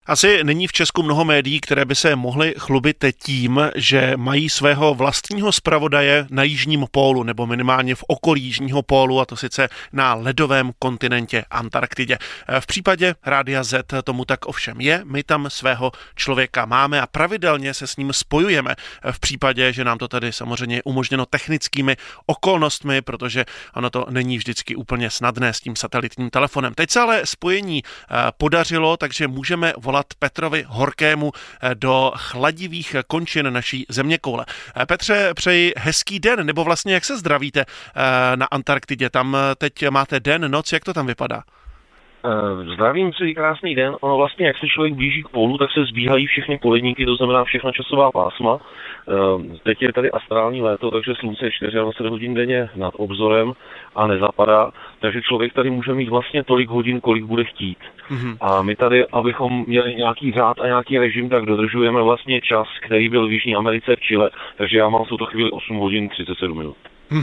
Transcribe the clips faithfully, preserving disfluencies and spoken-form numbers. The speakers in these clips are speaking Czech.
Asi není v Česku mnoho médií, které by se mohly chlubit tím, že mají svého vlastního zpravodaje na jižním pólu nebo minimálně v okolí jižního pólu, a to sice na ledovém kontinentě Antarktidě. V případě Rádia Z tomu tak ovšem je, my tam svého člověka máme a pravidelně se s ním spojujeme v případě, že nám to tady samozřejmě je umožněno technickými okolnostmi, protože ono to není vždycky úplně snadné s tím satelitním telefonem. Teď se ale spojení podařilo, takže můžeme volat Petrovi Horkému do chladivých končin naší zeměkoule. Petře, přeji hezký den, nebo vlastně jak se zdravíte na Antarktidě? Tam teď máte den, noc, jak to tam vypadá? Zdravím, přeji krásný den. Ono vlastně, jak se člověk blíží k pólu, tak se zbíhají všechny poledníky, to znamená všechna časová pásma. Teď je tady astrální léto, takže slunce je dvacet čtyři hodin denně nad obzorem a nezapadá, takže člověk tady může mít vlastně tolik hodin, kolik bude chtít. Mm-hmm. A my tady, abychom měli nějaký řád a nějaký režim, tak dodržujeme vlastně čas, který byl v Jižní Americe v Chile, takže já mám v tuto chvíli osm hodin třicet sedm minut.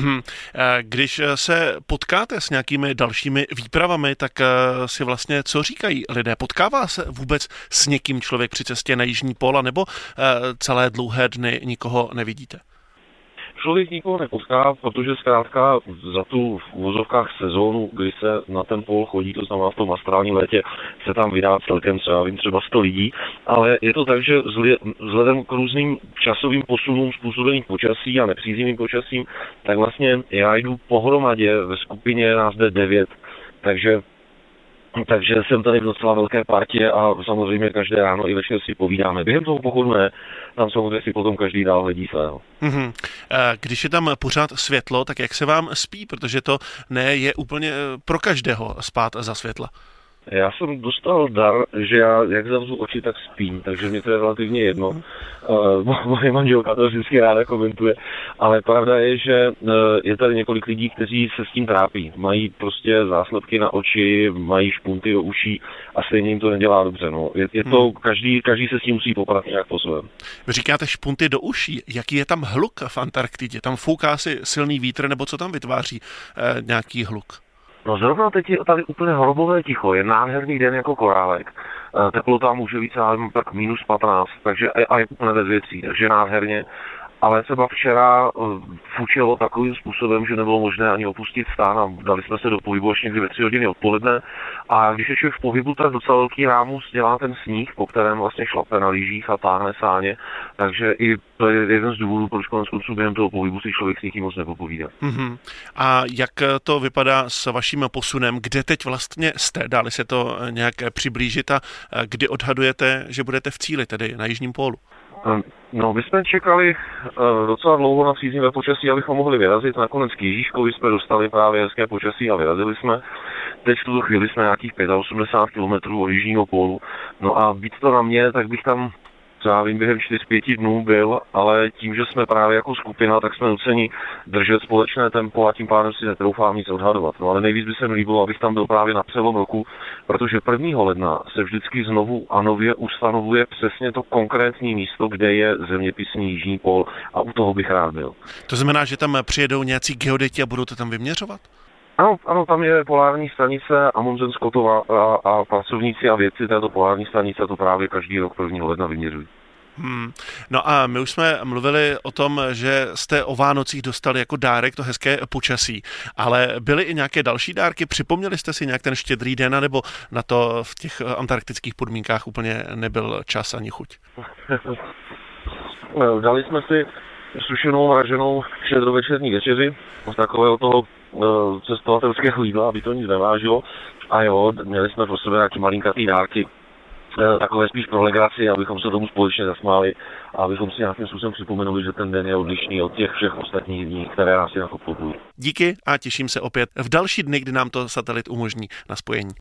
Když se potkáte s nějakými dalšími výpravami, tak si vlastně co říkají lidé? Potkává se vůbec s někým člověk při cestě na jižní pól, nebo celé dlouhé dny nikoho nevidíte? Člověk nikoho nepotká, protože zkrátka za tu v uvozovkách sezónu, kdy se na ten pól chodí, to znamená v tom astrálním létě, se tam vydá celkem třeba, vím, třeba sto lidí, ale je to tak, že vzhledem k různým časovým posunům způsobeným počasí a nepříznivým počasím, tak vlastně já jdu pohromadě, ve skupině nás jde devět, takže Takže jsem tady v docela velké partě a samozřejmě každé ráno i večer si povídáme. Během toho pochodu ne, tam samozřejmě si potom každý dál hledí svého. Mm-hmm. Když je tam pořád světlo, tak jak se vám spí? Protože to ne je úplně pro každého spát za světla. Já jsem dostal dar, že já jak zavřu oči, tak spím, takže mě to je relativně jedno. Uh, moje manželka to vždycky ráda komentuje, ale pravda je, že uh, je tady několik lidí, kteří se s tím trápí. Mají prostě záslepky na oči, mají špunty do uší a stejně jim to nedělá dobře. No. Je, je to, každý, každý se s tím musí poprat nějak po svém. Vy říkáte špunty do uší. Jaký je tam hluk v Antarktidě? Tam fouká si silný vítr, nebo co tam vytváří uh, nějaký hluk? No zrovna teď je tady úplně hrobové ticho, je nádherný den jako korálek. Teplota může být tak minus patnáct, takže a je úplně bez věcí, takže nádherně. Ale třeba včera fučilo takovým způsobem, že nebylo možné ani opustit stán a dali jsme se do pohybu až někdy ve tři hodiny odpoledne. A když je člověk v pohybu, tak docela velký rámus dělá ten sníh, po kterém vlastně šlape na lyžích a táhne sáně. Takže i to je jeden z důvodů, proč konec konců během toho pohybu si člověk s někým moc nepopovídá. Mm-hmm. A jak to vypadá s vaším posunem? Kde teď vlastně jste? Dáli se to nějak přiblížit a kdy odhadujete, že budete v cíli, tedy na jižním pólu? No, my jsme čekali uh, docela dlouho na příznivé počasí, abychom mohli vyrazit. Nakonec k Ježíškovi jsme dostali právě hezké počasí a vyrazili jsme. Teď v tuto chvíli jsme nějakých osmdesát pět kilometrů od jižního pólu. No a víc to na mě, tak bych tam třeba vím, během čtyř pěti dnů byl, ale tím, že jsme právě jako skupina, tak jsme nuceni držet společné tempo a tím pádem si netroufám nic odhadovat. No ale nejvíc by se mi líbilo, abych tam byl právě na přelom roku, protože prvního ledna se vždycky znovu a nově ustanovuje přesně to konkrétní místo, kde je zeměpisný jižní pól a u toho bych rád byl. To znamená, že tam přijedou nějací geodeti a budou to tam vyměřovat? Ano, ano, tam je polární stanice Amundsen Scottova a, a pracovníci a vědci této polární stanice to právě každý rok prvního ledna vyměřují. Hmm. No a my už jsme mluvili o tom, že jste o Vánocích dostali jako dárek to hezké počasí, ale byly i nějaké další dárky? Připomněli jste si nějak ten štědrý den, nebo na to v těch antarktických podmínkách úplně nebyl čas ani chuť? Dali jsme si sušenou mraženou štědrovečerní večeři z takového toho cestovatelského jídla, aby to nic nevážilo. A jo, měli jsme pro sebe nějaké malinkatý dárky, takové spíš pro legraci, abychom se tomu společně zasmáli a abychom si nějakým způsobem připomenuli, že ten den je odlišný od těch všech ostatních dní, které nás jinak obklopují. Díky a těším se opět v další dny, kdy nám to satelit umožní na spojení.